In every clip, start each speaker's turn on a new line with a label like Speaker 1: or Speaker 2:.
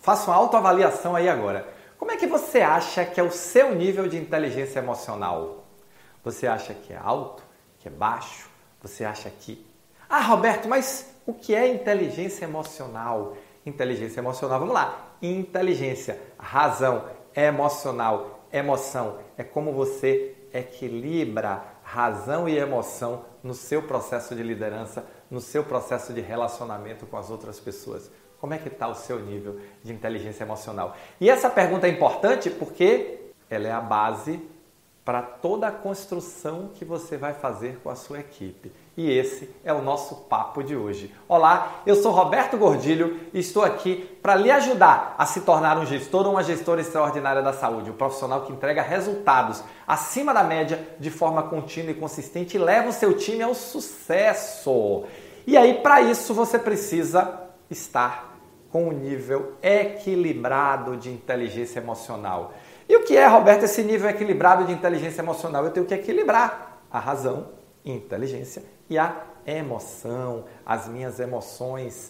Speaker 1: Faça uma autoavaliação aí agora. Como é que você acha que é o seu nível de inteligência emocional? Você acha que é alto? Que é baixo? Você acha que... Ah, Roberto, mas o que é inteligência emocional? Inteligência emocional, vamos lá. Inteligência, razão, emocional, emoção. É como você equilibra razão e emoção no seu processo de liderança, no seu processo de relacionamento com as outras pessoas. Como é que está o seu nível de inteligência emocional? E essa pergunta é importante porque ela é a base para toda a construção que você vai fazer com a sua equipe. E esse é o nosso papo de hoje. Olá, eu sou Roberto Gordilho e estou aqui para lhe ajudar a se tornar um gestor ou uma gestora extraordinária da saúde, um profissional que entrega resultados acima da média de forma contínua e consistente e leva o seu time ao sucesso. E aí, para isso, você precisa estar com um nível equilibrado de inteligência emocional. E o que é, Roberto, esse nível equilibrado de inteligência emocional? Eu tenho que equilibrar a razão, a inteligência e a emoção, as minhas emoções,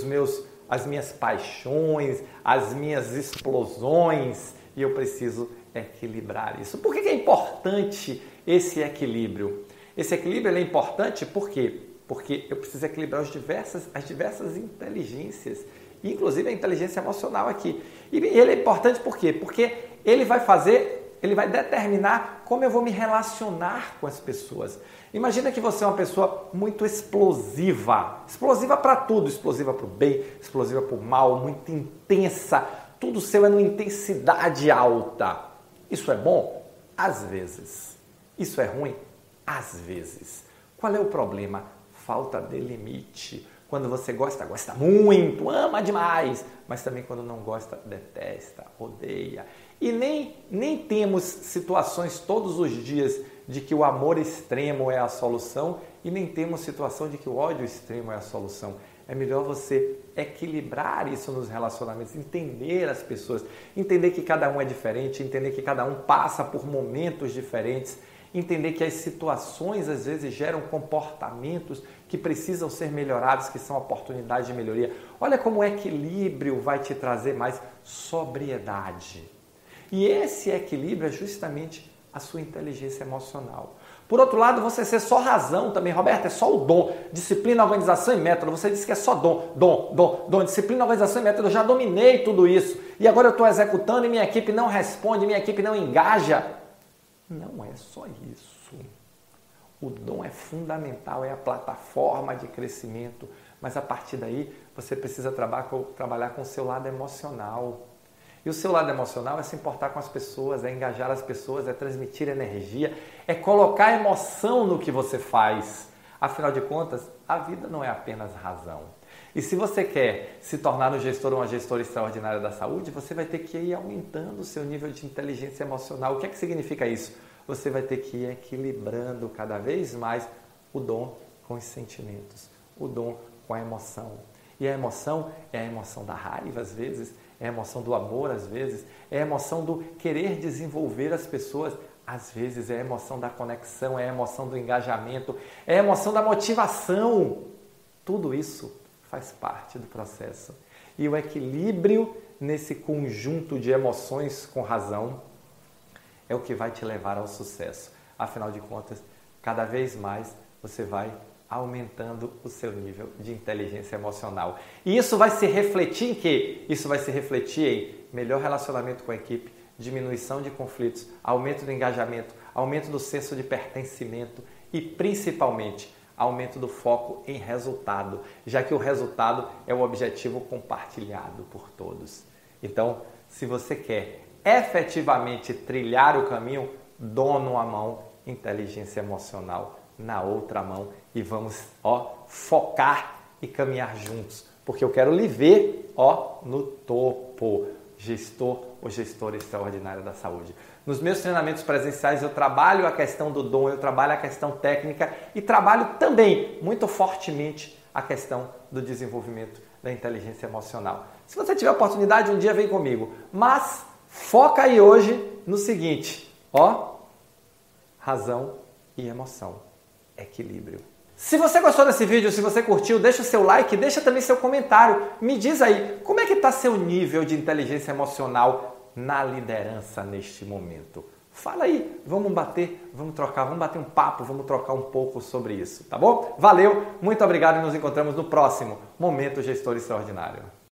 Speaker 1: as minhas paixões, as minhas explosões, e eu preciso equilibrar isso. Por que é importante esse equilíbrio? Esse equilíbrio é importante por quê? Porque eu preciso equilibrar as diversas inteligências, inclusive a inteligência emocional aqui. E ele é importante por quê? Porque ele vai determinar como eu vou me relacionar com as pessoas. Imagina que você é uma pessoa muito explosiva. Explosiva para tudo. Explosiva para o bem, explosiva para o mal, muito intensa. Tudo seu é numa intensidade alta. Isso é bom? Às vezes. Isso é ruim? Às vezes. Qual é o problema? Falta de limite. Quando você gosta, gosta muito, ama demais. Mas também quando não gosta, detesta, odeia. E nem temos situações todos os dias de que o amor extremo é a solução e nem temos situação de que o ódio extremo é a solução. É melhor você equilibrar isso nos relacionamentos, entender as pessoas, entender que cada um é diferente, entender que cada um passa por momentos diferentes, entender que as situações às vezes geram comportamentos que precisam ser melhorados, que são oportunidades de melhoria. Olha como o equilíbrio vai te trazer mais sobriedade. E esse equilíbrio é justamente a sua inteligência emocional. Por outro lado, você ser só razão também, Roberto, é só o dom. Disciplina, organização e método. Você disse que é só dom. Disciplina, organização e método. Eu já dominei tudo isso. E agora eu estou executando e minha equipe não responde, minha equipe não engaja. Não é só isso. O dom é fundamental, é a plataforma de crescimento. Mas a partir daí, você precisa trabalhar com o seu lado emocional. E o seu lado emocional é se importar com as pessoas, é engajar as pessoas, é transmitir energia, é colocar emoção no que você faz. Afinal de contas, a vida não é apenas razão. E se você quer se tornar um gestor ou uma gestora extraordinária da saúde, você vai ter que ir aumentando o seu nível de inteligência emocional. O que é que significa isso? Você vai ter que ir equilibrando cada vez mais o dom com os sentimentos, o dom com a emoção. E a emoção é a emoção da raiva, às vezes, é a emoção do amor, às vezes, é a emoção do querer desenvolver as pessoas, às vezes é a emoção da conexão, é a emoção do engajamento, é a emoção da motivação. Tudo isso faz parte do processo. E o equilíbrio nesse conjunto de emoções com razão é o que vai te levar ao sucesso. Afinal de contas, cada vez mais você vai aumentando o seu nível de inteligência emocional. E isso vai se refletir em quê? Isso vai se refletir em melhor relacionamento com a equipe, diminuição de conflitos, aumento do engajamento, aumento do senso de pertencimento e, principalmente, aumento do foco em resultado, já que o resultado é o objetivo compartilhado por todos. Então, se você quer efetivamente trilhar o caminho, dom numa mão, inteligência emocional na outra mão e vamos focar e caminhar juntos, porque eu quero lhe ver no topo, gestor ou gestora extraordinária da saúde. Nos meus treinamentos presenciais eu trabalho a questão do dom, eu trabalho a questão técnica e trabalho também muito fortemente a questão do desenvolvimento da inteligência emocional. Se você tiver oportunidade, um dia vem comigo, mas foca aí hoje no seguinte, razão e emoção. Equilíbrio. Se você gostou desse vídeo, se você curtiu, deixa o seu like, deixa também seu comentário. Me diz aí, como é que está seu nível de inteligência emocional na liderança neste momento? Fala aí, vamos bater, vamos trocar, vamos bater um papo, vamos trocar um pouco sobre isso, tá bom? Valeu, muito obrigado e nos encontramos no próximo Momento Gestor Extraordinário.